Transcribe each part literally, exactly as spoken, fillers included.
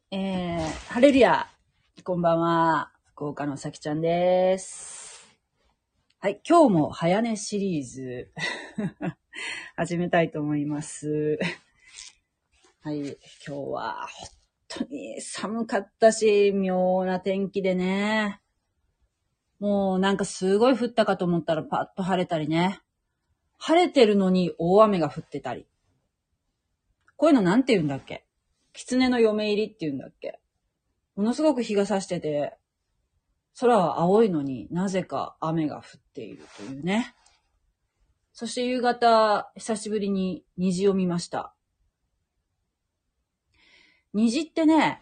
えー、ハレルヤ、こんばんは、福岡のさきちゃんです。はい、今日も早寝シリーズ始めたいと思います。はい、今日は本当に寒かったし、妙な天気でね、もうなんかすごい降ったかと思ったらパッと晴れたりね、晴れてるのに大雨が降ってたり、こういうのなんて言うんだっけ？狐の嫁入りって言うんだっけ？ものすごく日が差してて、空は青いのになぜか雨が降っているというね。そして夕方、久しぶりに虹を見ました。虹ってね、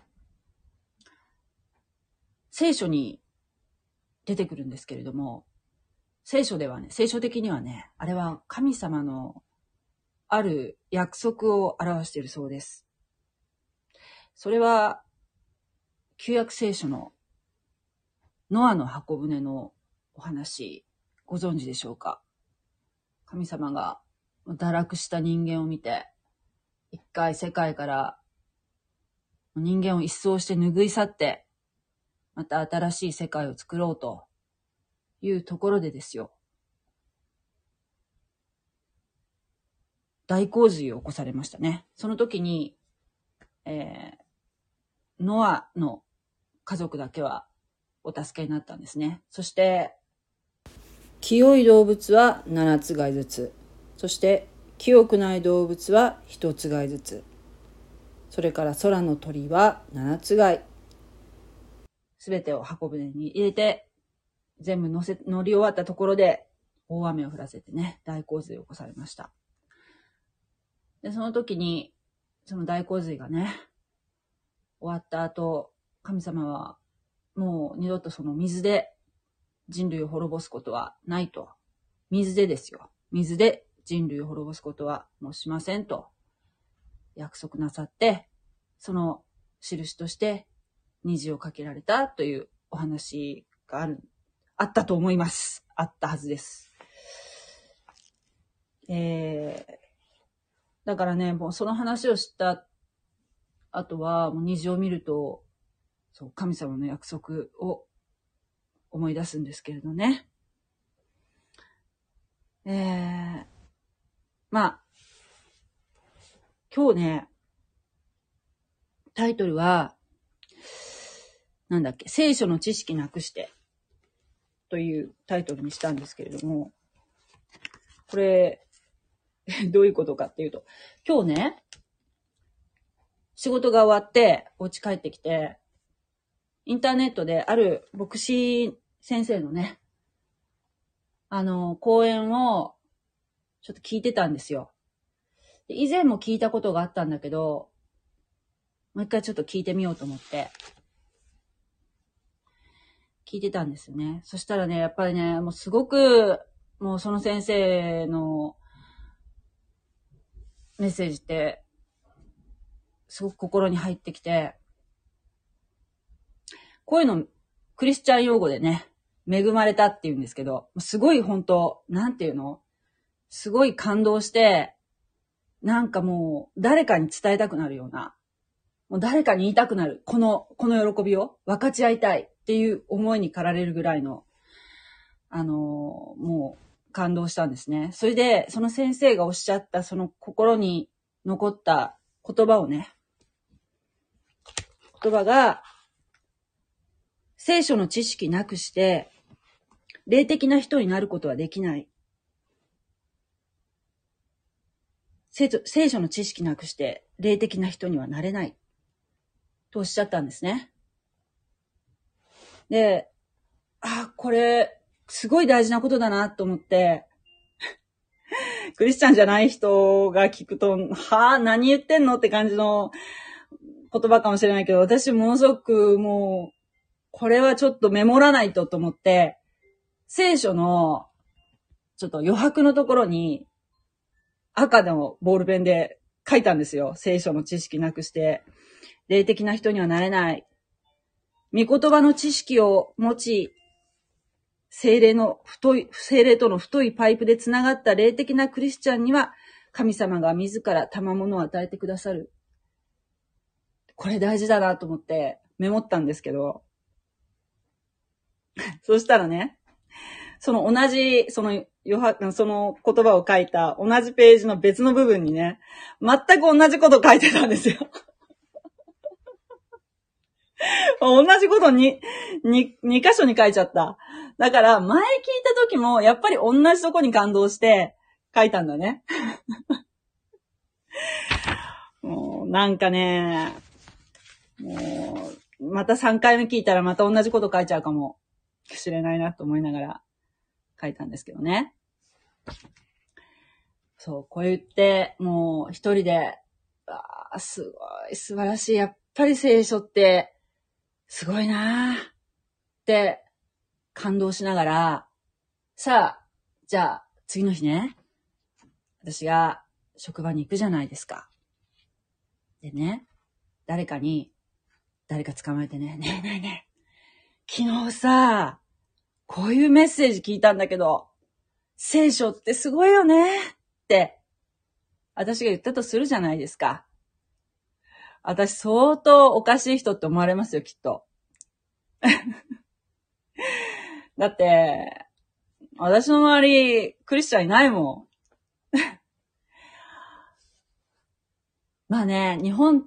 聖書に出てくるんですけれども、聖書ではね、聖書的にはね、あれは神様のある約束を表しているそうです。それは、旧約聖書のノアの箱舟のお話、ご存知でしょうか？神様が堕落した人間を見て、一回世界から人間を一掃して拭い去って、また新しい世界を作ろうというところでですよ。大洪水を起こされましたね。その時に、えー、ノアの家族だけはお助けになったんですね。そして、清い動物は七つがいずつ、そして清くない動物は一つがいずつ、それから空の鳥は七つがい、すべてを箱舟に入れて、全部乗せ、乗り終わったところで大雨を降らせてね、大洪水を起こされました。で、その時に、その大洪水がね、終わった後、神様はもう二度とその水で人類を滅ぼすことはないと。水でですよ。水で人類を滅ぼすことはもうしませんと約束なさって、その印として虹をかけられたというお話がある、あったと思います。あったはずです。えー、だからね、もうその話を知った後は、もう虹を見ると、そう、神様の約束を思い出すんですけれどね。えー、まあ、今日ね、タイトルは、なんだっけ、聖書の知識なくしてというタイトルにしたんですけれども、これ、どういうことかっていうと、今日ね、仕事が終わってお家帰ってきて、インターネットである牧師先生のね、あの、講演をちょっと聞いてたんですよ。以前も聞いたことがあったんだけど、もう一回ちょっと聞いてみようと思って、聞いてたんですよね。そしたらね、やっぱりね、もうすごく、もうその先生のメッセージって、すごく心に入ってきて、こういうの、クリスチャン用語でね、恵まれたって言うんですけど、すごい本当、なんていうの？すごい感動して、なんかもう誰かに伝えたくなるような、もう誰かに言いたくなる、この、この喜びを分かち合いたいっていう思いに駆られるぐらいの、あのー、もう感動したんですね。それで、その先生がおっしゃったその心に残った言葉をね、言葉が、聖書の知識なくして、霊的な人になることはできない。聖書の知識なくして、霊的な人にはなれない。とおっしゃったんですね。で、あ、これ、すごい大事なことだなと思って、クリスチャンじゃない人が聞くと、はぁ、何言ってんのって感じの言葉かもしれないけど、私ものすごくもう、これはちょっとメモらないとと思って、聖書のちょっと余白のところに赤のボールペンで書いたんですよ。聖書の知識なくして、霊的な人にはなれない。御言葉の知識を持ち、聖霊の太い、聖霊との太いパイプでつながった霊的なクリスチャンには、神様が自ら賜物を与えてくださる。 これ大事だなと思ってメモったんですけど、そしたらね、その同じ、その余白、その言葉を書いた同じページの別の部分にね、全く同じこと書いてたんですよ。同じことに、に、に箇所に書いちゃった。だから、前聞いた時も、やっぱり同じとこに感動して書いたんだね。もう、なんかね、もう、またさんかいめ聞いたらまた同じこと書いちゃうかもしれないなと思いながら書いたんですけどね。そう、こう言って、もう一人で、あーすごい、素晴らしい。やっぱり聖書って、すごいなーって感動しながら、さあ、じゃあ次の日ね、私が職場に行くじゃないですか。でね、誰かに、誰か捕まえてね、ねえねえねえ、昨日さ、こういうメッセージ聞いたんだけど、聖書ってすごいよねって、私が言ったとするじゃないですか。私相当おかしい人って思われますよ、きっと。だって、私の周り、クリスチャンいないもん。まあね、日本って、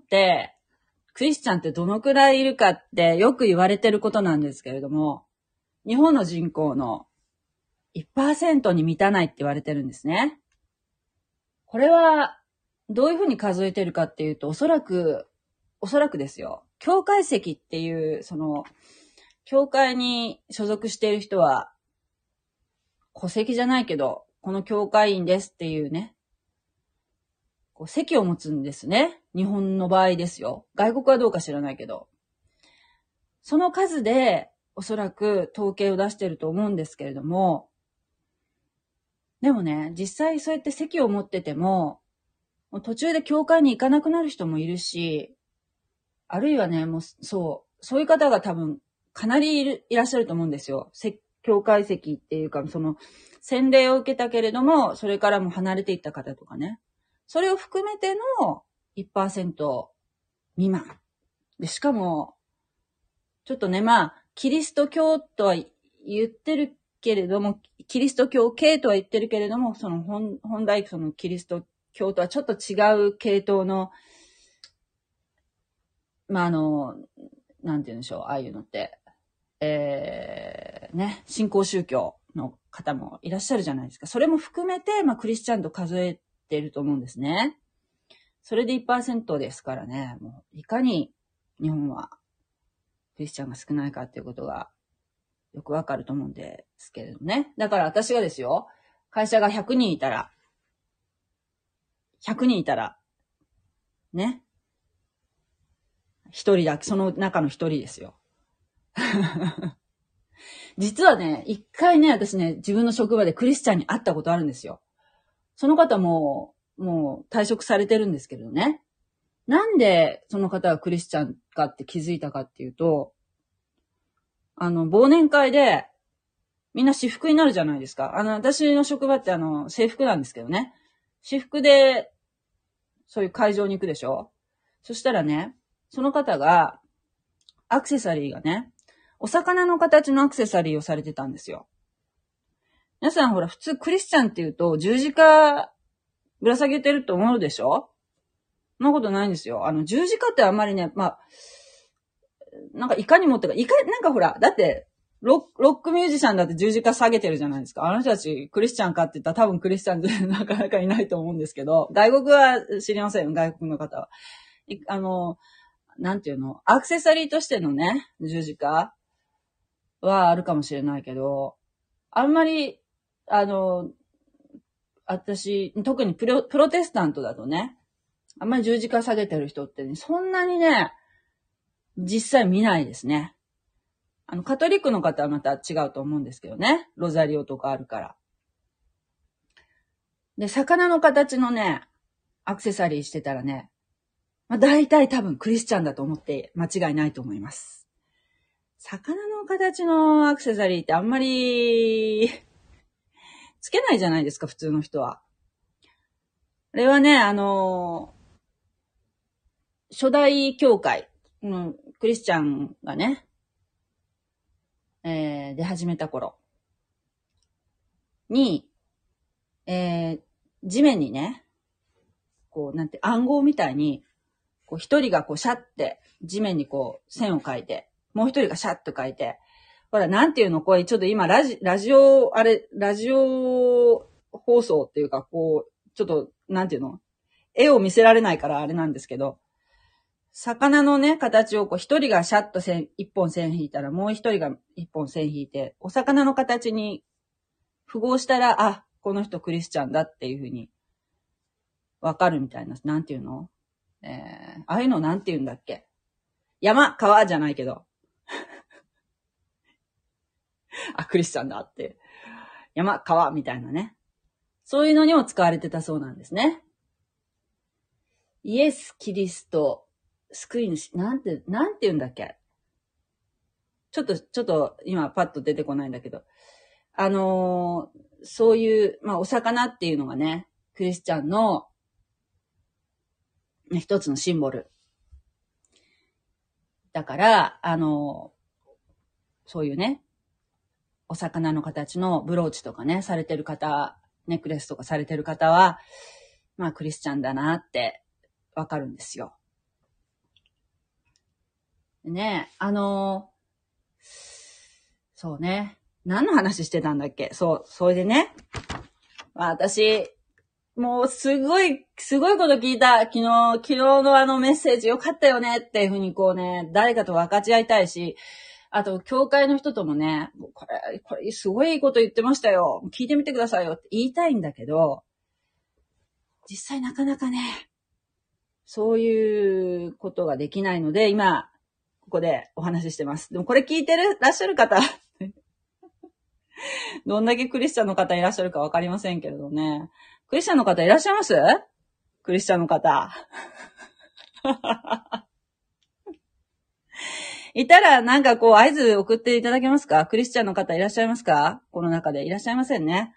クリスチャンってどのくらいいるかってよく言われてることなんですけれども、日本の人口の いちパーセント に満たないって言われてるんですね。これは、どういうふうに数えてるかっていうと、おそらく、おそらくですよ。教会籍っていう、その、教会に所属している人は、戸籍じゃないけど、この教会員ですっていうね、こう籍を持つんですね。日本の場合ですよ。外国はどうか知らないけど。その数で、おそらく統計を出していると思うんですけれども、でもね、実際そうやって籍を持ってても、もう途中で教会に行かなくなる人もいるし、あるいはね、もうそう、そういう方が多分かなりいる、いらっしゃると思うんですよ。教会籍っていうか、その、洗礼を受けたけれども、それからも離れていった方とかね。それを含めての いちパーセント 未満。で、しかも、ちょっとね、まあ、キリスト教とは言ってるけれども、キリスト教系とは言ってるけれども、その本、本来そのキリスト教とはちょっと違う系統の、まあ、あの、なんて言うんでしょう、ああいうのって、えー、ね、新興宗教の方もいらっしゃるじゃないですか。それも含めて、まあ、クリスチャンと数えていると思うんですね。それで いちパーセント ですからね、もういかに日本はクリスチャンが少ないかっていうことがよくわかると思うんですけれどね。だから私がですよ、会社がひゃくにんいたら、ひゃくにんいたら、ね、一人だけ、その中の一人ですよ。実はね、一回ね、私ね、自分の職場でクリスチャンに会ったことあるんですよ。その方も、もう退職されてるんですけどね。なんでその方がクリスチャンかって気づいたかっていうと、あの、忘年会で、みんな私服になるじゃないですか。あの、私の職場ってあの、制服なんですけどね。私服で、そういう会場に行くでしょ。そしたらね、その方が、アクセサリーがね、お魚の形のアクセサリーをされてたんですよ。皆さんほら、普通クリスチャンって言うと、十字架ぶら下げてると思うでしょ。そんなことないんですよ。あの、十字架ってあんまりね、まあ、なんかいかにもってか、いか、なんかほら、だって、ロック、ロックミュージシャンだって十字架下げてるじゃないですか。あの人たちクリスチャンかって言ったら多分クリスチャンでなかなかいないと思うんですけど、外国は知りませんよ、外国の方は。あの、なんていうの、アクセサリーとしてのね、十字架はあるかもしれないけど、あんまり、あの、私、特にプロ、プロテスタントだとね、あんまり十字架下げてる人ってね、そんなにね、実際見ないですね。あの、カトリックの方はまた違うと思うんですけどね。ロザリオとかあるから。で、魚の形のね、アクセサリーしてたらね、まあ、大体多分クリスチャンだと思って間違いないと思います。魚の形のアクセサリーってあんまりつけないじゃないですか、普通の人は。あれはね、あの、 初代教会、うん、クリスチャンがね、えー、出始めた頃に、えー、地面にね、こう、なんて、暗号みたいに、こう、一人がこう、シャッて、地面にこう、線を書いて、もう一人がシャッと書いて、ほら、なんていうのこれ、ちょっと今、ラジ、ラジオ、あれ、ラジオ放送っていうか、こう、ちょっと、なんていうの絵を見せられないからあれなんですけど、魚のね、形をこう、一人がシャッと線、一本線引いたら、もう一人が一本線引いて、お魚の形に符合したら、あ、この人クリスチャンだっていうふうに、わかるみたいな、なんていうのえー、ああいうのなんていうんだっけ山、川じゃないけど。あ、クリスチャンだって。山、川みたいなね。そういうのにも使われてたそうなんですね。イエス・キリスト、救い主、なんて、なんて言うんだっけちょっと、ちょっと今パッと出てこないんだけど。あのー、そういう、まあお魚っていうのがね、クリスチャンの一つのシンボル。だから、あのー、そういうね、お魚の形のブローチとかね、されてる方、ネックレスとかされてる方は、まあクリスチャンだなってわかるんですよ。でね、あのー、そうね、何の話してたんだっけそう、それでね、私、もうすごい、すごいこと聞いた。昨日、昨日のあのメッセージよかったよねっていうふうにこうね、誰かと分かち合いたいし、あと、教会の人ともね、これ、これ、すごいこと言ってましたよ。聞いてみてくださいよって言いたいんだけど、実際なかなかね、そういうことができないので、今、ここでお話ししてます。でもこれ聞いてるらっしゃる方、どんだけクリスチャンの方いらっしゃるかわかりませんけれどね。クリスチャンの方いらっしゃいます？クリスチャンの方。いたらなんかこう合図送っていただけますか？クリスチャンの方いらっしゃいますか？この中でいらっしゃいませんね。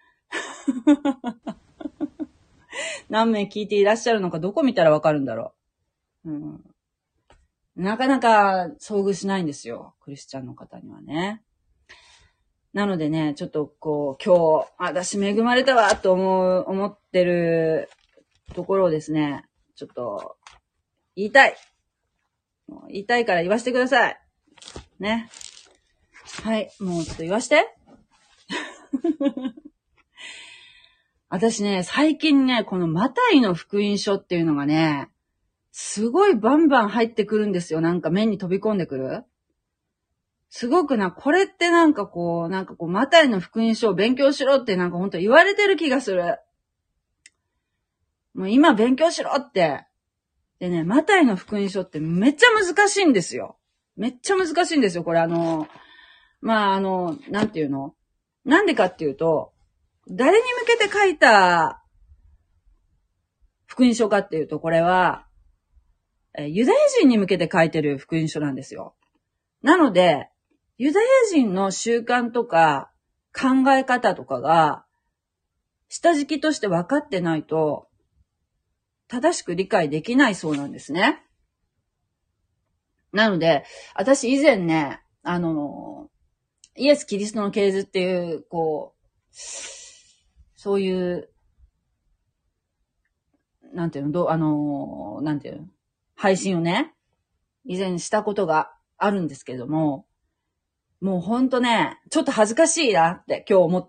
何名聞いていらっしゃるのかどこ見たらわかるんだろう。うん、なかなか遭遇しないんですよ。クリスチャンの方にはね。なのでね、ちょっとこう、今日、私恵まれたわと思う、思ってるところをですね、ちょっと、言いたい。言いたいから言わせてください。ね。はい、もうちょっと言わして。私ね、最近ね、このマタイの福音書っていうのがね、すごいバンバン入ってくるんですよ。なんか目に飛び込んでくる。すごくな、これってなんかこう、なんかこう、マタイの福音書を勉強しろってなんかほんと言われてる気がする。もう今勉強しろって。でね、マタイの福音書ってめっちゃ難しいんですよ。めっちゃ難しいんですよ。これあの、まああの、なんていうの？なんでかっていうと、誰に向けて書いた福音書かっていうと、これは、えユダヤ人に向けて書いてる福音書なんですよ。なので、ユダヤ人の習慣とか考え方とかが下敷きとして分かってないと正しく理解できないそうなんですね。なので、私以前ね、あの、イエス・キリストの系図っていう、こう、そういう、なんていうの、どう、あの、なんていうの、配信をね、以前したことがあるんですけれども、もうほんとね、ちょっと恥ずかしいなって今日思った。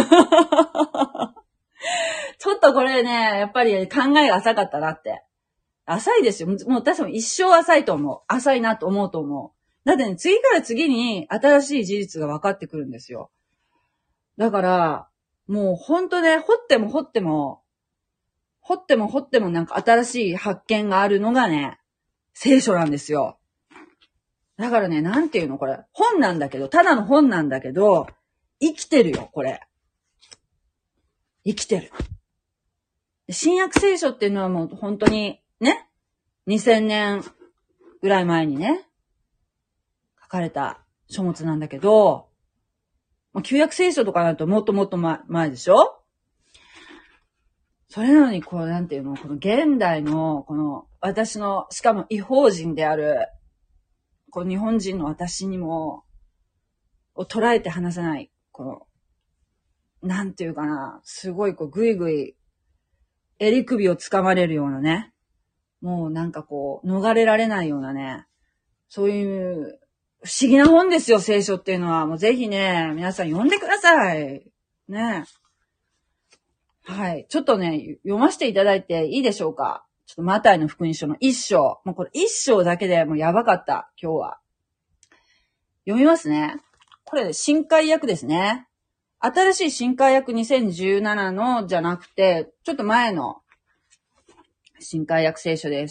ちょっとこれね、やっぱり考えが浅かったなって。浅いですよ。もう私も一生浅いと思う。浅いなと思うと思う。だってね、次から次に新しい事実が分かってくるんですよ。だから、もうほんとね、掘っても掘っても、掘っても掘ってもなんか新しい発見があるのがね、聖書なんですよ。だからね、なんていうのこれ。本なんだけど、ただの本なんだけど、生きてるよ、これ。生きてる。新約聖書っていうのはもう本当にね、にせんねんぐらい前にね、書かれた書物なんだけど、旧約聖書とかだともっともっと前でしょ？ それなのに、こう、なんていうの、この現代の、この、私の、しかも異邦人である、この日本人の私にも、を捉えて話せない、この、なんていうかな、すごいこう、ぐいぐい、襟首をつかまれるようなね、もうなんかこう、逃れられないようなね、そういう、不思議な本ですよ、聖書っていうのは。もうぜひね、皆さん読んでください。ね。はい。ちょっとね、読ませていただいていいでしょうか。ちょっとマタイの福音書の一章。もうこれ一章だけでもうやばかった、今日は。読みますね。これ、新海訳ですね。新しい新海訳にせんじゅうななのじゃなくて、ちょっと前の新海訳聖書です。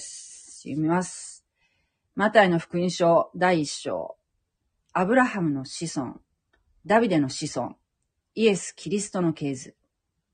読みます。マタイの福音書第一章。アブラハムの子孫、ダビデの子孫、イエス・キリストの系図。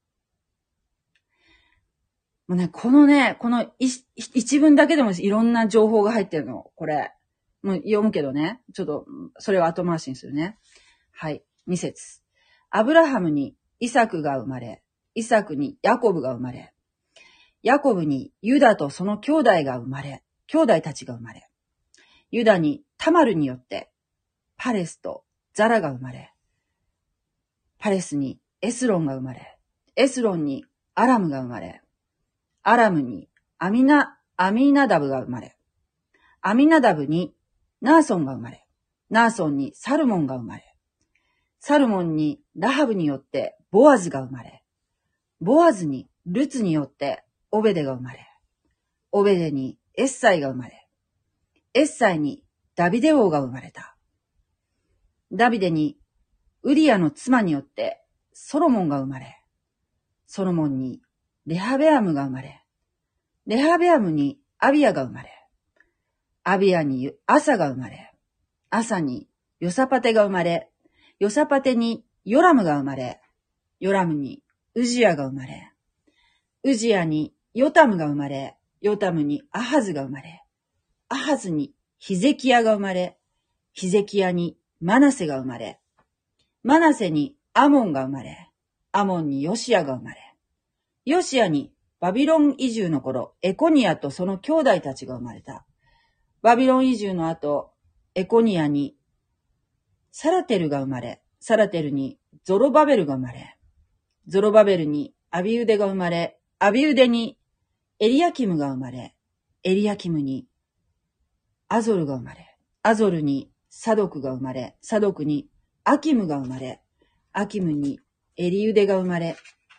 もうね、このね、この一文だけでもいろんな情報が入ってるの。これ。もう読むけどね。ちょっと、それを後回しにするね。はい。二節。アブラハムにイサクが生まれ、イサクにヤコブが生まれ、ヤコブにユダとその兄弟が生まれ、兄弟たちが生まれ、ユダにタマルによってパレスとザラが生まれ、パレスにエスロンが生まれ、エスロンにアラムが生まれ、アラムにアミナ、アミナダブが生まれ、アミナダブにナーソンが生まれ、ナーソンにサルモンが生まれ、サルモンにラハブによってボアズが生まれ、ボアズにルツによってオベデが生まれ、オベデにエッサイが生まれ、エッサイにダビデ王が生まれた。ダビデにウリアの妻によってソロモンが生まれ、ソロモンにレハベアムが生まれ、レハベアムにアビアが生まれ、アビアにアサが生まれ、アサにヨサパテが生まれ、ヨサパテにヨラムが生まれ、ヨラムにウジヤが生まれ、ウジヤにヨタムが生まれ、ヨタムにアハズが生まれ、アハズにヒゼキヤが生まれ、ヒゼキヤにマナセが生まれ、マナセにアモンが生まれ、アモンにヨシアが生まれ、ヨシアにバビロン移住の頃、エコニアとその兄弟たちが生まれた。バビロン移住の後、エコニアにサラテルが生まれ、サラテルにゾロバベルが生まれ、ゾロバベルにアビウデが生まれ、アビウデにエリアキムが生まれ、エリアキムにアゾルが生まれ、アゾルにサドクが生まれ、サドクにアキムが生まれ、アキムにエリウデが生まれ、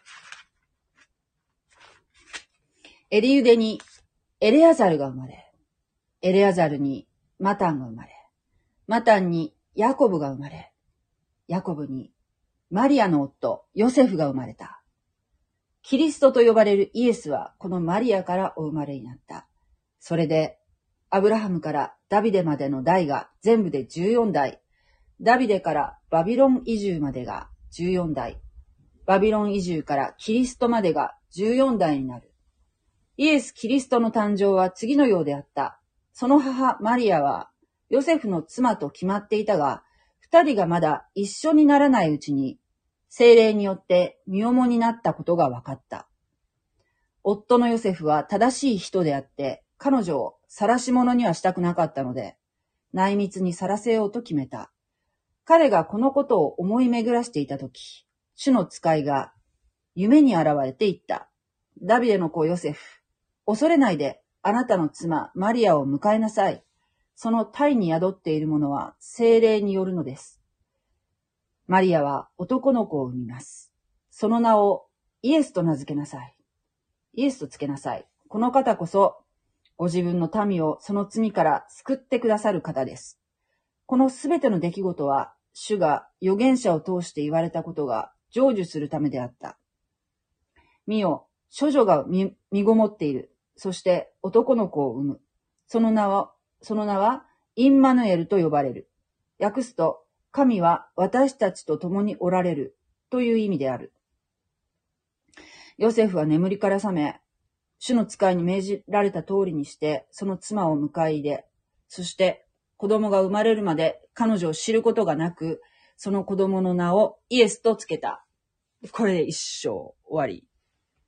エリウデにエレアザルが生まれ、エレアザルにマタンが生まれ、マタンにヤコブが生まれ、ヤコブにマリアの夫ヨセフが生まれた。キリストと呼ばれるイエスはこのマリアからお生まれになった。それでアブラハムからダビデまでの代が全部でじゅうよん代、ダビデからバビロン移住までがじゅうよん代、バビロン移住からキリストまでがじゅうよん代になる。イエス・キリストの誕生は次のようであった。その母マリアはヨセフの妻と決まっていたが、二人がまだ一緒にならないうちに聖霊によって身重になったことが分かった。夫のヨセフは正しい人であって、彼女を晒し者にはしたくなかったので、内密に晒せようと決めた。彼がこのことを思い巡らしていたとき、主の使いが夢に現れて言った。ダビデの子ヨセフ、恐れないであなたの妻マリアを迎えなさい。その胎に宿っているものは聖霊によるのです。マリアは男の子を産みます。その名をイエスと名付けなさい。イエスとつけなさい。この方こそ、ご自分の民をその罪から救ってくださる方です。このすべての出来事は、主が預言者を通して言われたことが成就するためであった。見よ、処女が身ごもっている。そして男の子を産む。その名は、その名はインマヌエルと呼ばれる。訳すと、神は私たちと共におられるという意味である。ヨセフは眠りから覚め、主の使いに命じられた通りにして、その妻を迎え入れ、そして子供が生まれるまで彼女を知ることがなく、その子供の名をイエスとつけた。これで一章終わり。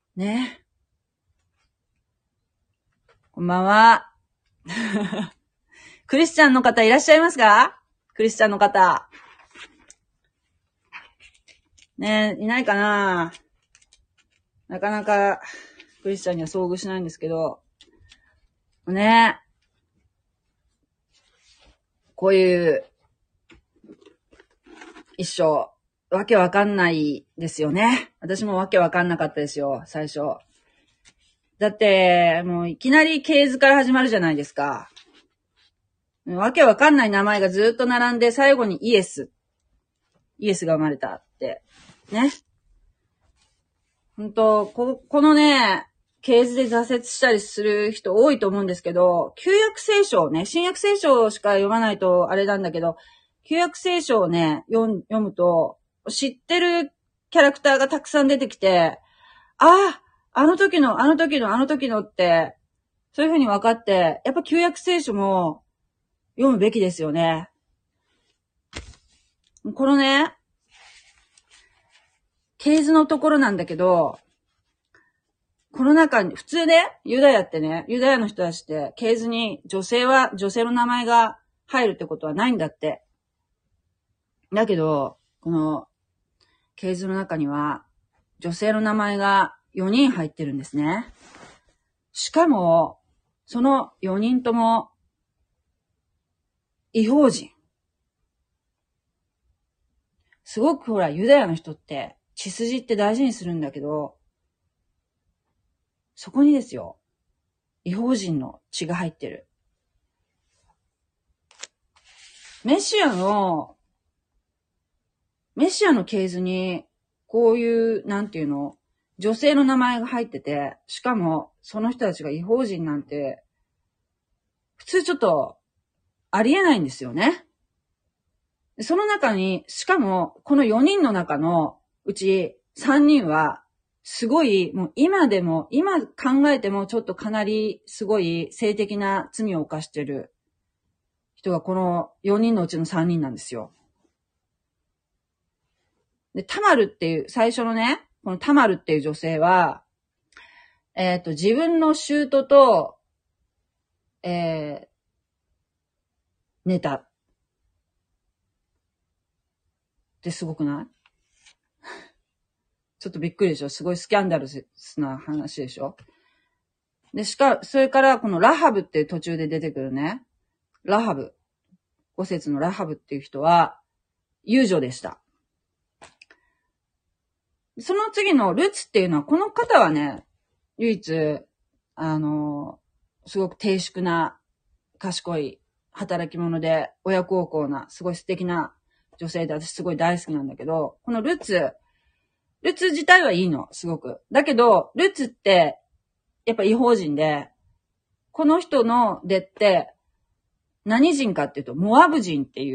ね。こんばんは。クリスチャンの方いらっしゃいますか？クリスチャンの方。ねえ、いないかな？なかなかクリスチャンには遭遇しないんですけど、ねえ。こういう一生、わけわかんないですよね。私もわけわかんなかったですよ、最初。だって、もういきなり系図から始まるじゃないですか。わけわかんない名前がずっと並んで、最後にイエス。イエスが生まれたって。ね。ほんと、こ、このね、系図で挫折したりする人多いと思うんですけど、旧約聖書をね、新約聖書しか読まないとあれなんだけど、旧約聖書をね、読むと、知ってるキャラクターがたくさん出てきて、ああ、あの時の、あの時の、あの時のって、そういう風に分かって、やっぱ旧約聖書も読むべきですよね。このね、系図のところなんだけど、この中に、普通ね、ユダヤってね、ユダヤの人たちって、系図に女性は、女性の名前が入るってことはないんだって。だけど、この、系図の中には、女性の名前がよにん入ってるんですね。しかも、そのよにんとも、異邦人。すごくほら、ユダヤの人って、血筋って大事にするんだけど、そこにですよ、異邦人の血が入ってる。メシアの、メシアの系図に、こういう、なんていうの、女性の名前が入ってて、しかも、その人たちが異邦人なんて、普通ちょっと、ありえないんですよね。その中に、しかも、このよにんの中のうちさんにんは、すごい、もう今でも、今考えてもちょっとかなりすごい性的な罪を犯してる人がこのよにんのうちのさんにんなんですよ。で、タマルっていう、最初のね、このタマルっていう女性は、えっと、自分の舅と、えー、寝た。ってすごくない？ちょっとびっくりでしょ？すごいスキャンダルスな話でしょ？で、しか、それからこのラハブっていう途中で出てくるね。ラハブ。五節のラハブっていう人は、遊女でした。その次のルツっていうのは、この方はね、唯一、あの、すごく低粛な、賢い、働き者で、親孝行な、すごい素敵な女性で、私すごい大好きなんだけど、このルツ、ルツ自体はいいの、すごく。だけど、ルツって、やっぱ異邦人で、この人の出って、何人かっていうと、モアブ人っていう、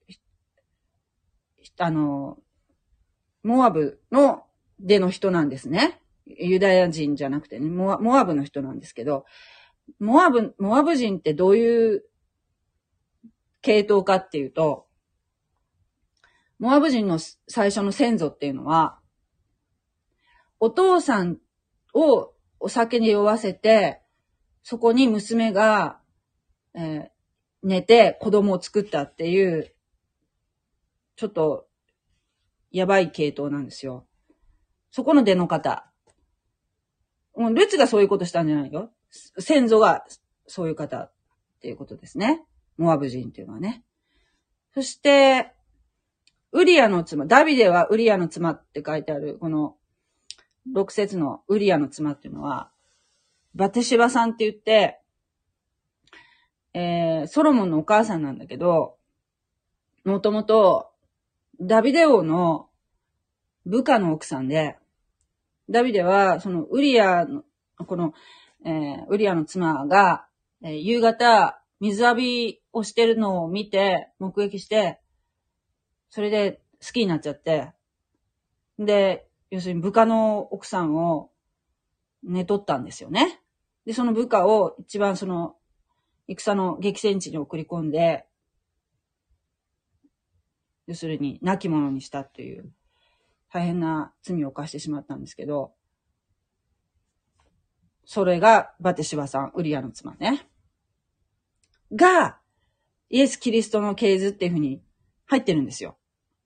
あの、モアブの出の人なんですね。ユダヤ人じゃなくてね、モア、モアブの人なんですけど、モアブ、モアブ人ってどういう系統かっていうと、モアブ人の最初の先祖っていうのは、お父さんをお酒に酔わせて、そこに娘が、えー、寝て子供を作ったっていう、ちょっと、やばい系統なんですよ。そこの出の方。もうルツがそういうことしたんじゃないよ。先祖がそういう方っていうことですね。モアブ人っていうのはね。そして、ウリアの妻、ダビデはウリアの妻って書いてある、このろく節のウリアの妻っていうのは、バテシバさんって言って、えー、ソロモンのお母さんなんだけど、もともと、ダビデ王の部下の奥さんで、ダビデは、そのウリアの、この、えー、ウリアの妻が、えー、夕方、水浴びをしてるのを見て、目撃して、それで好きになっちゃって、で、要するに部下の奥さんを寝取ったんですよね。で、その部下を一番その、戦の激戦地に送り込んで、要するに亡き者にしたっていう、大変な罪を犯してしまったんですけど、 それがバテシバさん、ウリアの妻ね。が、イエス・キリストの系図っていう風に入ってるんですよ。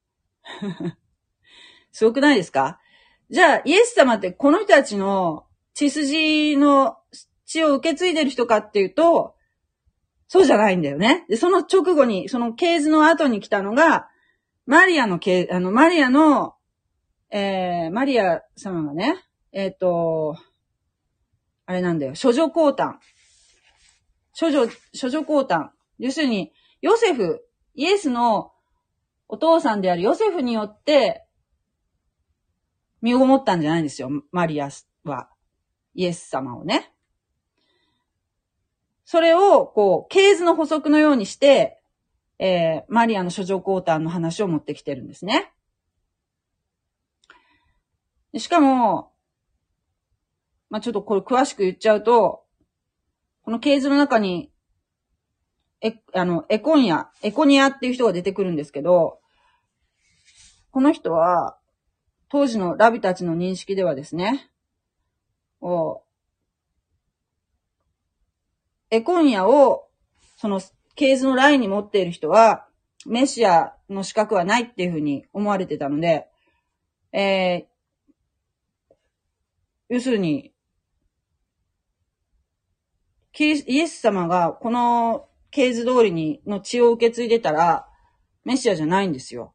すごくないですか？じゃあ、イエス様ってこの人たちの血筋の血を受け継いでる人かっていうと、そうじゃないんだよね。で、その直後に、その系図の後に来たのが、マリアの系、あの、マリアの、えー、マリア様がね、えっと、あれなんだよ、処女降誕。処女、処女降誕。要するに、ヨセフ、イエスのお父さんであるヨセフによって、身ごもったんじゃないんですよ、マリアは。イエス様をね。それを、こう、系図の補足のようにして、えー、マリアの処女降誕の話を持ってきてるんですね。しかも、まあ、ちょっとこれ詳しく言っちゃうと、この系図の中に、え、あの、エコニア、エコニアっていう人が出てくるんですけど、この人は、当時のラビたちの認識ではですね、エコニアを、その、系図のラインに持っている人は、メシアの資格はないっていうふうに思われてたので、えー、要するに、イエス様がこの系図通りにの血を受け継いでたら、メシアじゃないんですよ。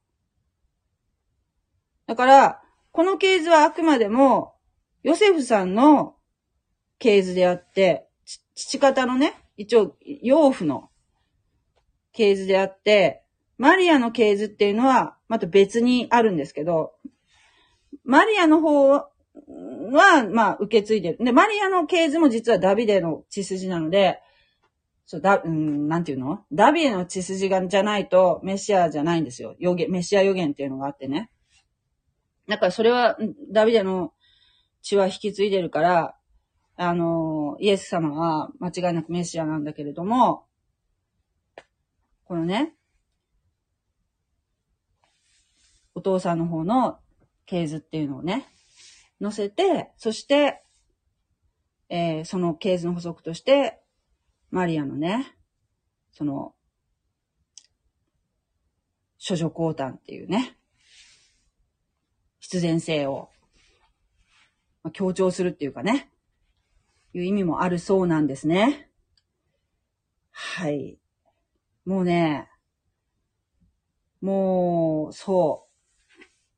だから、この系図はあくまでも、ヨセフさんの系図であって、父方のね、一応、養父の系図であって、マリアの系図っていうのは、また別にあるんですけど、マリアの方は、まあ、受け継いでる。で、マリアの系図も実はダビデの血筋なので、そうだ、うん、なんていうの？ダビデの血筋が、じゃないと、メシアじゃないんですよ。予言、メシア予言っていうのがあってね。だからそれは、ダビデの血は引き継いでるから、あの、イエス様は間違いなくメシアなんだけれども、このね、お父さんの方の系図っていうのをね、載せて、そして、えー、その系図の補足として、マリアのね、その、処女降誕っていうね、必然性を、まあ、強調するっていうかね、いう意味もあるそうなんですね。はい。もうね、もう、そう。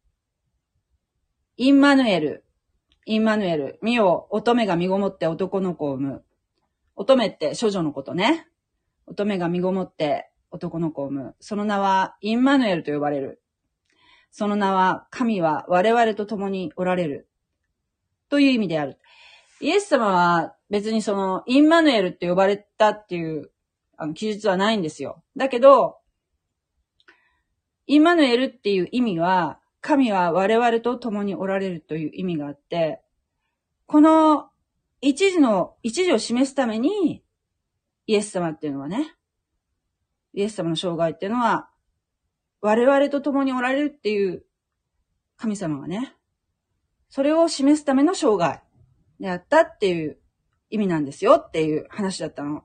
インマヌエル、インマヌエル、見よ、乙女が身ごもって男の子を産む。乙女って処女のことね。乙女が身ごもって男の子を産む。その名はインマヌエルと呼ばれる。その名は神は我々と共におられる。という意味である。イエス様は別にそのインマヌエルって呼ばれたっていうあの記述はないんですよ。だけど、インマヌエルっていう意味は、神は我々と共におられるという意味があって、この一時の、一時を示すために、イエス様っていうのはね、イエス様の生涯っていうのは、我々と共におられるっていう神様がね、それを示すための生涯であったっていう意味なんですよっていう話だったの。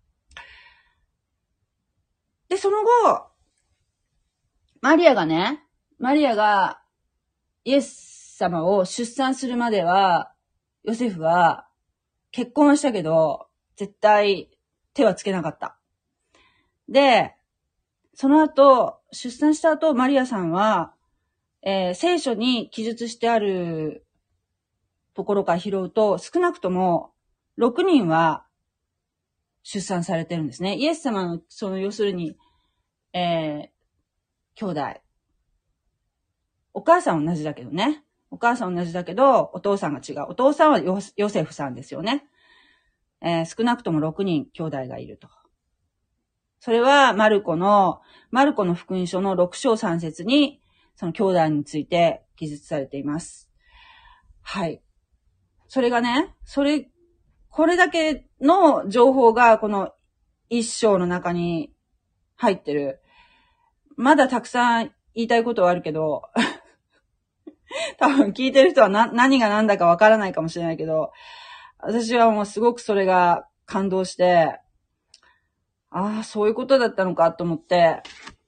で、その後、マリアがね、マリアがイエス様を出産するまでは、ヨセフは結婚はしたけど、絶対手はつけなかった。で、その後、出産した後、マリアさんは、えー、聖書に記述してあるところから拾うと、少なくともろくにんは出産されてるんですね。イエス様の、その要するに、えー、兄弟。お母さん同じだけどね。お母さん同じだけど、お父さんが違う。お父さんは ヨ, ヨセフさんですよね。えー、少なくともろくにん兄弟がいると。それは、マルコの、マルコの福音書のろく章さん節に、その兄弟について記述されています。はい。それがね、それ、これだけの情報がこの一章の中に入ってる。まだたくさん言いたいことはあるけど、多分聞いてる人はな何が何だかわからないかもしれないけど、 私はもうすごくそれが感動して、ああ、そういうことだったのかと思って、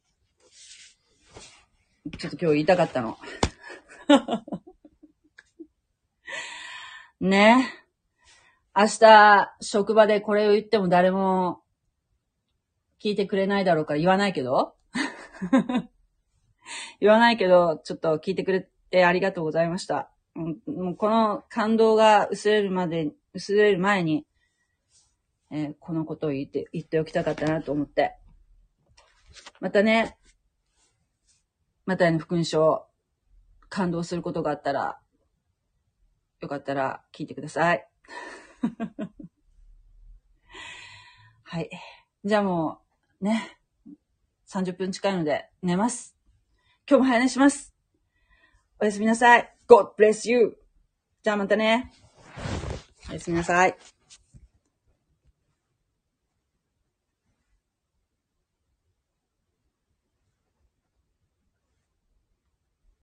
ちょっと今日言いたかったの。ね。明日、職場でこれを言っても誰も聞いてくれないだろうから言わないけど。言わないけど、ちょっと聞いてくれてありがとうございました。もうこの感動が薄れるまで、薄れる前に、えー、このことを言って、言っておきたかったなと思って。またね、またの福音書、感動することがあったら、よかったら聞いてください。はい。じゃあもう、ね、さんじゅっぷん近いので寝ます。今日も早寝します。おやすみなさい。God bless you. じゃあまたね。おやすみなさい。